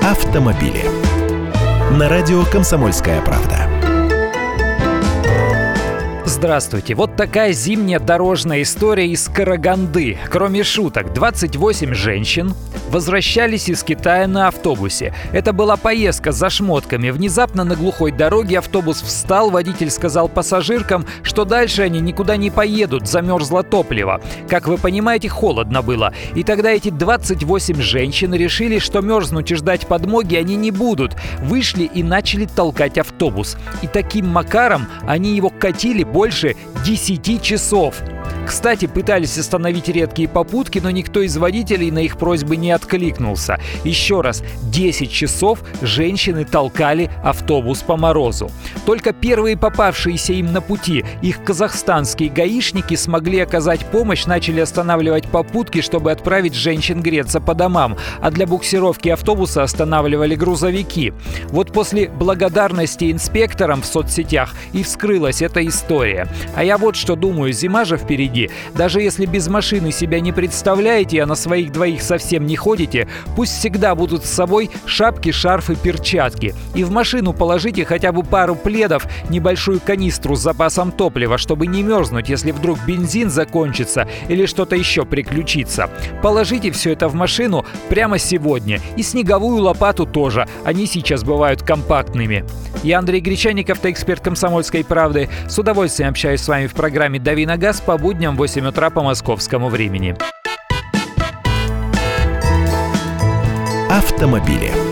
Автомобили. На радио «Комсомольская правда». Здравствуйте. Вот такая зимняя дорожная история из Караганды. Кроме шуток, 28 женщин возвращались из Китая на автобусе. Это была поездка за шмотками. Внезапно на глухой дороге автобус встал, водитель сказал пассажиркам, что дальше они никуда не поедут, замерзло топливо. Как вы понимаете, холодно было. И тогда эти 28 женщин решили, что мерзнуть и ждать подмоги они не будут. Вышли и начали толкать автобус. И таким макаром они его катили больше 10 часов. Кстати, пытались остановить редкие попутки, но никто из водителей на их просьбы не откликнулся. Еще раз, 10 часов женщины толкали автобус по морозу. Только первые попавшиеся им на пути, их казахстанские гаишники, смогли оказать помощь, начали останавливать попутки, чтобы отправить женщин греться по домам, а для буксировки автобуса останавливали грузовики. Вот после благодарности инспекторам в соцсетях и вскрылась эта история. А я вот что думаю, зима же впереди. Даже если без машины себя не представляете, а на своих двоих совсем не ходите, пусть всегда будут с собой шапки, шарфы, перчатки. И в машину положите хотя бы пару пледов, небольшую канистру с запасом топлива, чтобы не мерзнуть, если вдруг бензин закончится или что-то еще приключится. Положите все это в машину прямо сегодня. И снеговую лопату тоже. Они сейчас бывают компактными. Я Андрей Гречанников, эксперт «Комсомольской правды». С удовольствием общаюсь с вами в программе «Дави на газ» по будням в 8 утра по московскому времени. Автомобили.